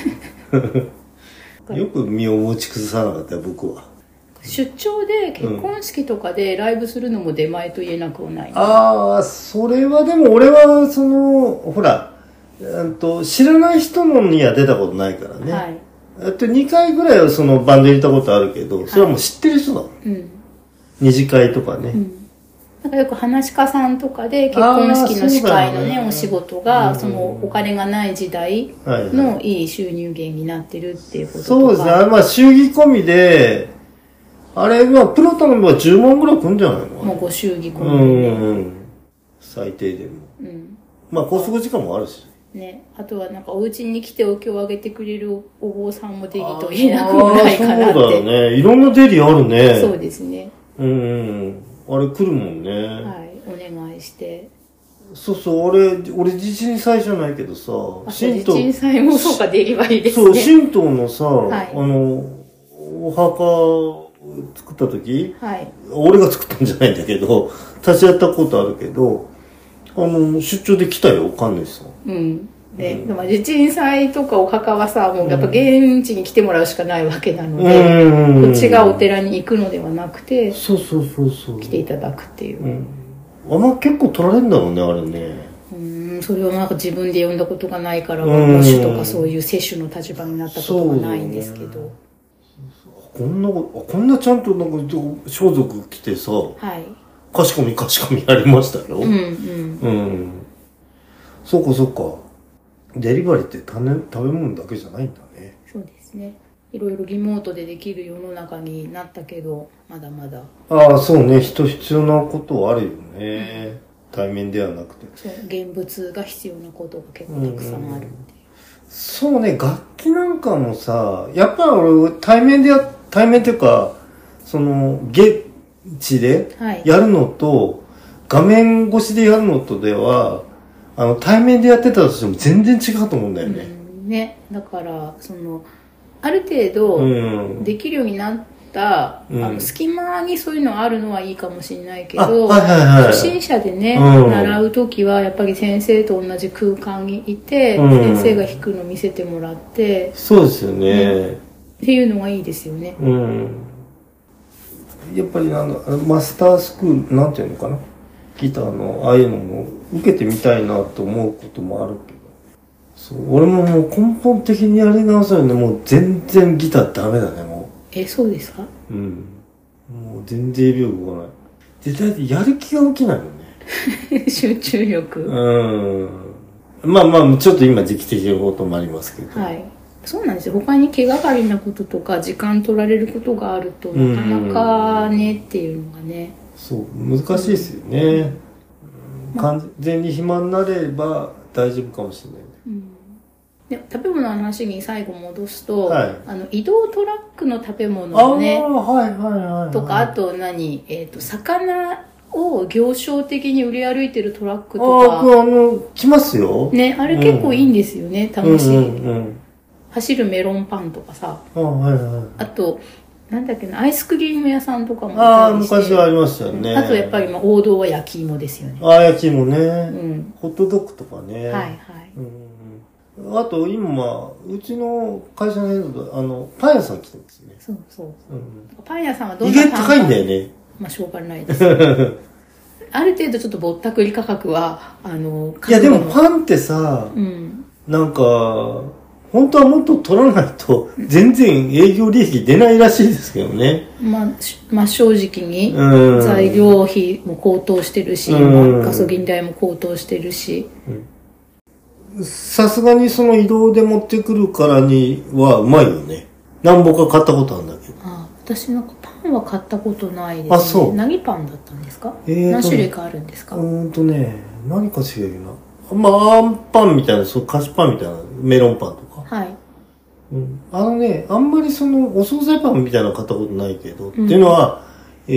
[SPEAKER 1] よく身を持ち崩さなかったよ、僕は。
[SPEAKER 2] 出張で結婚式とかでライブするのも出前と言えなくはない、
[SPEAKER 1] ああ、それはでも俺はほら、知らない人のには出たことないからね。はい。2回ぐらいはそのバンド入れたことあるけど、それはもう知ってる人だもん。うん。二次会とかね。
[SPEAKER 2] なんかよく話し家さんとかで結婚式の司会のね、お仕事が、そのお金がない時代のいい収入源になってるっていうこととか。
[SPEAKER 1] そうですね。まあ、祝儀込みで、あれはプロ頼めば10万ぐらいくんじゃないの？
[SPEAKER 2] もうご祝儀込みでね。
[SPEAKER 1] 最低でも。まあ、拘束時間もあるし。
[SPEAKER 2] ね。あとはなんかお家に来てお経をあげてくれるお坊さんもデリと言えなくもないかなって。
[SPEAKER 1] そうだよね。いろんなデリあるね。
[SPEAKER 2] そうですね。
[SPEAKER 1] あれ来るもんね。
[SPEAKER 2] はい。お願いして。
[SPEAKER 1] そう、俺地震祭じゃないけどさ、
[SPEAKER 2] 地震祭もそうか、デリバリーですね。
[SPEAKER 1] そう、神道のさ、お墓を作った時、はい、俺が作ったんじゃないんだけど、立ち会ったことあるけど、出張で来たよ、神主さん。うん。
[SPEAKER 2] で、でも地震祭とかお墓はさ、もうやっぱ現地に来てもらうしかないわけなので、こっちがお寺に行くのではなくて、
[SPEAKER 1] そう。
[SPEAKER 2] 来ていただくっていう。
[SPEAKER 1] 結構取られるんだろうね、あれね。
[SPEAKER 2] それをなんか自分で読んだことがないから、保守とかそういう摂取の立場になったことがないんですけど。
[SPEAKER 1] こんなちゃんとなんか装束着てさ、はい、かしこみやりましたよ。そうか。デリバリーって食べ物だけじゃないんだね。
[SPEAKER 2] そうですね。いろいろリモートでできる世の中になったけど、まだまだ。
[SPEAKER 1] ああ、そうね。必要なことはあるよね。対面ではなくて。
[SPEAKER 2] そう、現物が必要なことが結構たくさんあるっていう。
[SPEAKER 1] そうね。楽器なんかもさ、やっぱり俺対面っていうか、現地でやるのと、画面越しでやるのとでは、対面でやってたとしても全然違うと思うんだよね。
[SPEAKER 2] ね。だから、ある程度、できるようになった、隙間にそういうのあるのはいいかもしれないけど、初心者でね、習うときは、やっぱり先生と同じ空間にいて、先生が弾くの見せてもらって、
[SPEAKER 1] そうですよね。
[SPEAKER 2] っていうのがいいですよね。
[SPEAKER 1] やっぱりマスタースクール、なんていうのかな。ギターのああいうのも受けてみたいなと思うこともあるけど、俺ももう根本的にやり直さないね。もう全然ギターダメだね、も
[SPEAKER 2] う。そうですか？
[SPEAKER 1] もう全然指動かない。だってやる気が起きないもん
[SPEAKER 2] ね。集中力。
[SPEAKER 1] まあちょっと今時期的なこともありますけど。
[SPEAKER 2] はい。 そうなんですよ。他に気がかりなこととか時間取られることがあるとなかなかねっていうのがね。
[SPEAKER 1] そう、難しいですよね。完全に暇になれば大丈夫かもしれない。
[SPEAKER 2] で食べ物の話に最後戻すと、
[SPEAKER 1] はい、
[SPEAKER 2] 移動トラックの食べ物をね、とか、あと魚を行商的に売り歩いてるトラックとか。
[SPEAKER 1] 来ますよ。
[SPEAKER 2] ね、あれ結構いいんですよね、楽しい。走るメロンパンとかさ。あと、なんだっけな、アイスクリーム屋さんとかも
[SPEAKER 1] あったりして。昔はありましたよね。
[SPEAKER 2] あとやっぱり王道は焼き芋ですよね。
[SPEAKER 1] 焼き芋ね。ホットドッグとかね。
[SPEAKER 2] はいはい。
[SPEAKER 1] あと今、うちの会社の辺だと、パン屋さん来てますね。
[SPEAKER 2] そうそう。パン屋さんはどんな
[SPEAKER 1] 意外と高いんだよね。
[SPEAKER 2] まあしょうがないです。ある程度ちょっとぼったくり価格は、
[SPEAKER 1] いやでもパンってさ、なんか、本当はもっと取らないと全然営業利益出ないらしいですけどね。
[SPEAKER 2] まあ正直に材料費も高騰してるし、ガソリン代も高騰してるし。
[SPEAKER 1] さすがにその移動で持ってくるからにはうまいよね。何本か買ったことあるんだけど。
[SPEAKER 2] 私なんかパンは買ったことないですね。
[SPEAKER 1] そう。
[SPEAKER 2] 何パンだったんですか？何種類かあるんですか？
[SPEAKER 1] 何か違うな。あんパンみたいな、菓子パンみたいな、メロンパンとか。はい。あんまりお惣菜パンみたいなの買ったことないけど、っていうのは、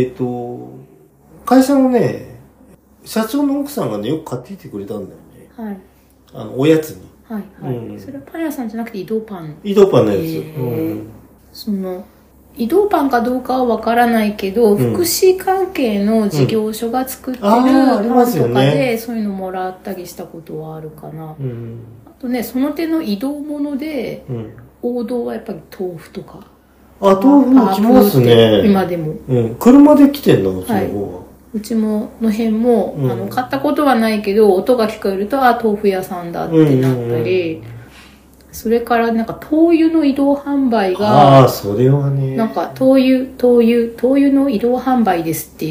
[SPEAKER 1] 会社のね、社長の奥さんがね、よく買ってきてくれたんだよね。はい。おやつに。
[SPEAKER 2] はいはい。それはパン屋さんじゃなくて移動パン。
[SPEAKER 1] 移動パンのやつ。
[SPEAKER 2] 移動パンかどうかはわからないけど、福祉関係の事業所が作ってるパンとかで、そういうのもらったりしたことはあるかな。あとね、その手の移動物で、王道はやっぱり豆腐とか。
[SPEAKER 1] 豆腐も来ますね。
[SPEAKER 2] 今でも。
[SPEAKER 1] 車で来てんの、うちの方は。
[SPEAKER 2] うちもの辺も、買ったことはないけど、音が聞こえると、豆腐屋さんだってなったり、それからなんか灯油の移動販売が、
[SPEAKER 1] それはね。
[SPEAKER 2] なんか灯油の移動販売ですっていう、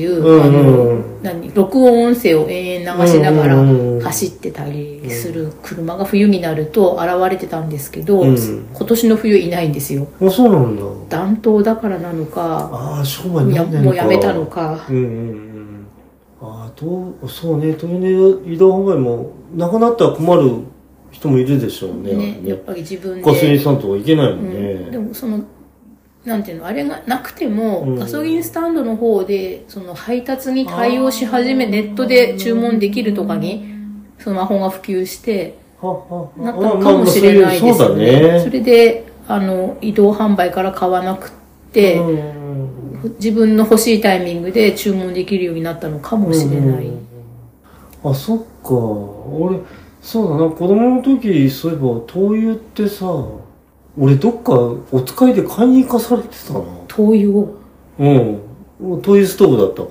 [SPEAKER 2] 録音音声を延々流しながら走ってたりする車が冬になると現れてたんですけど、今年の冬いないんですよ。
[SPEAKER 1] そうなんだ。
[SPEAKER 2] 暖冬だからなのか、
[SPEAKER 1] 商売になってんのか。
[SPEAKER 2] もうやめたのか。
[SPEAKER 1] そうね、灯油の移動販売もなくなったら困る人もいるでしょうね。
[SPEAKER 2] やっぱり自分で。
[SPEAKER 1] ガソリンスタンドはいけないもんね。
[SPEAKER 2] でもなんていうの、あれがなくても、ガソリンスタンドの方で、配達に対応し始め、ネットで注文できるとかに、スマホが普及して、なったのかもしれないですよね。それで、移動販売から買わなくて、自分の欲しいタイミングで注文できるようになったのかもしれない。
[SPEAKER 1] そっか。俺、そうだな、子供の時、そういえば、灯油ってさ、俺どっかお使いで買いに行かされてたな。
[SPEAKER 2] 灯油を？
[SPEAKER 1] 灯油ストーブだったから。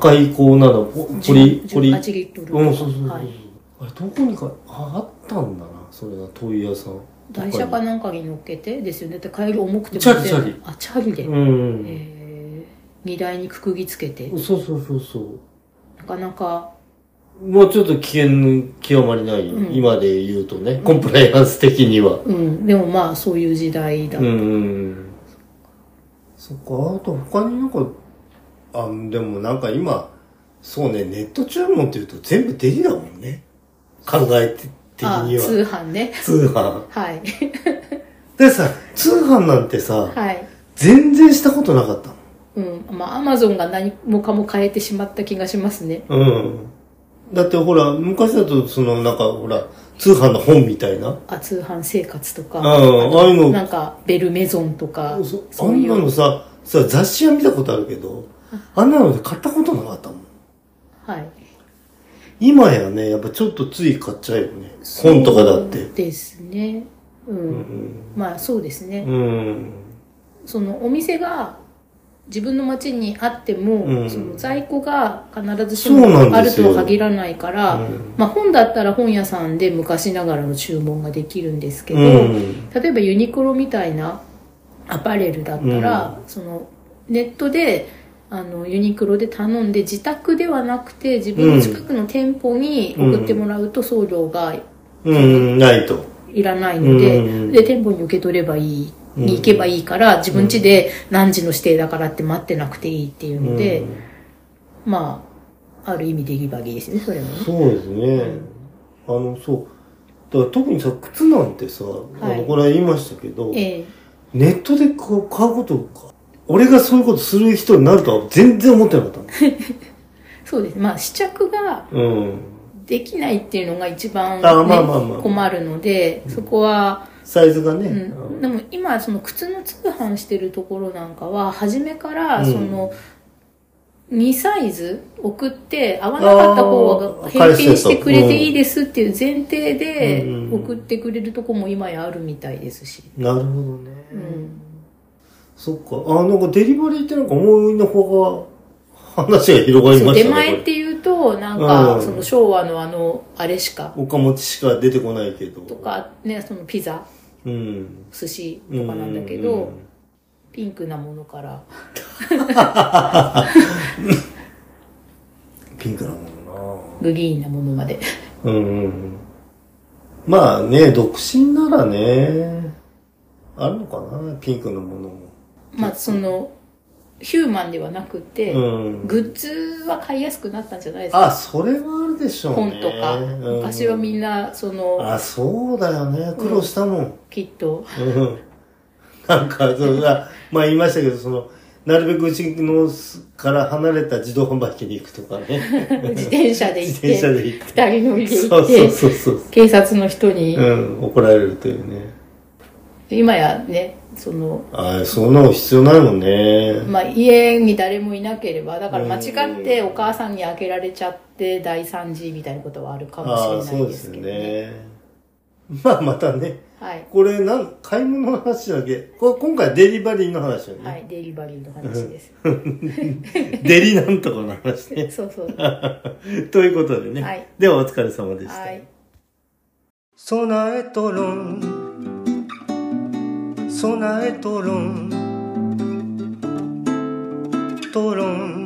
[SPEAKER 1] 赤いポリ。
[SPEAKER 2] 18リットル。
[SPEAKER 1] そう。あれ、どこにあったんだな、それが灯油屋さん。
[SPEAKER 2] 台車かなんかに乗っけてですよね。だって帰り重くても。
[SPEAKER 1] チャリ。
[SPEAKER 2] チャリで。荷台にくくぎつけて。
[SPEAKER 1] そう。
[SPEAKER 2] なかなか。
[SPEAKER 1] もうちょっと危険極まりない、今で言うとね、コンプライアンス的には。
[SPEAKER 2] でもまあ、そういう時代だった。
[SPEAKER 1] そっか、あと他になんか、でもなんか今、そうね、ネット注文って言うと全部デリだもんね。考え的には。
[SPEAKER 2] 通販ね。
[SPEAKER 1] 通販。
[SPEAKER 2] はい。
[SPEAKER 1] でさ、通販なんてさ、全然したことなかった
[SPEAKER 2] の。アマゾンが何もかも変えてしまった気がしますね。
[SPEAKER 1] だってほら、昔だとなんかほら、通販の本みたいな。
[SPEAKER 2] 通販生活とか。
[SPEAKER 1] ああいうの。
[SPEAKER 2] なんか、ベルメゾンとか。
[SPEAKER 1] あんなのさ、雑誌は見たことあるけど、あんなので買ったことなかったもん。
[SPEAKER 2] はい。
[SPEAKER 1] 今やね、やっぱちょっとつい買っちゃうよね。本とかだって。
[SPEAKER 2] そうですね。まあそうですね。お店が、自分の町にあっても、在庫が必ずしもあるとは限らないから、本だったら本屋さんで昔ながらの注文ができるんですけど、例えばユニクロみたいなアパレルだったら、ネットでユニクロで頼んで自宅ではなくて自分の近くの店舗に送ってもらうと送料が
[SPEAKER 1] ないと
[SPEAKER 2] いらないので、で、店舗に受け取ればいい、に行けばいいから、自分家で何時の指定だからって待ってなくていいっていうので、まあ、ある意味デリバリーですね、それもね。
[SPEAKER 1] そうですね。そう。だから特にさ、靴なんてさ、これは言いましたけど、ネットで買うことか、俺がそういうことする人になるとは全然思ってなかったの。
[SPEAKER 2] そうですね。まあ、試着ができないっていうのが一番、困るので、そこは、
[SPEAKER 1] サイズがね。
[SPEAKER 2] でも今、その靴の通販してるところなんかは、初めから、その、2サイズ送って、合わなかった方は返品してくれていいですっていう前提で送ってくれるとこも今やあるみたいですし。
[SPEAKER 1] なるほどね。そっか。なんかデリバリーってなんか思いのほか話が広がりましたね。
[SPEAKER 2] 出前っていうと、なんか、その昭和のあれしか。
[SPEAKER 1] 岡持ちしか出てこないけど。
[SPEAKER 2] とか、ね、そのピザ、寿司とかなんだけど、ピンクなものから
[SPEAKER 1] ピンクなものな
[SPEAKER 2] グリーンなものまで
[SPEAKER 1] まあね、独身ならねあるのかな、ピンクのものも。
[SPEAKER 2] まあそのヒューマンではなくて、グッズは買いやすくなったんじゃないですか。
[SPEAKER 1] それはあるでしょうね。
[SPEAKER 2] 本とか、昔はみんなその
[SPEAKER 1] そうだよね、苦労したもん、
[SPEAKER 2] きっと
[SPEAKER 1] なんかまあ言いましたけど、なるべくうちのから離れた自動販売機に行くとかね。
[SPEAKER 2] 自転車で行って二人乗りで行って、警察の人に、
[SPEAKER 1] 怒られるというね。
[SPEAKER 2] 今やね、そん
[SPEAKER 1] なの必要ないもんね。
[SPEAKER 2] まあ家に誰もいなければ、だから間違ってお母さんに開けられちゃって大惨事みたいなことはあるかもしれないですけどね。
[SPEAKER 1] まあまたね。これ買い物の話だけ。今回デリバリーの話だね。
[SPEAKER 2] はい、デリバリーの話です。
[SPEAKER 1] デリなんとかの話ね。
[SPEAKER 2] そうそう。
[SPEAKER 1] ということでね。ではお疲れ様でした。備えとろん、備えとろん、とろん。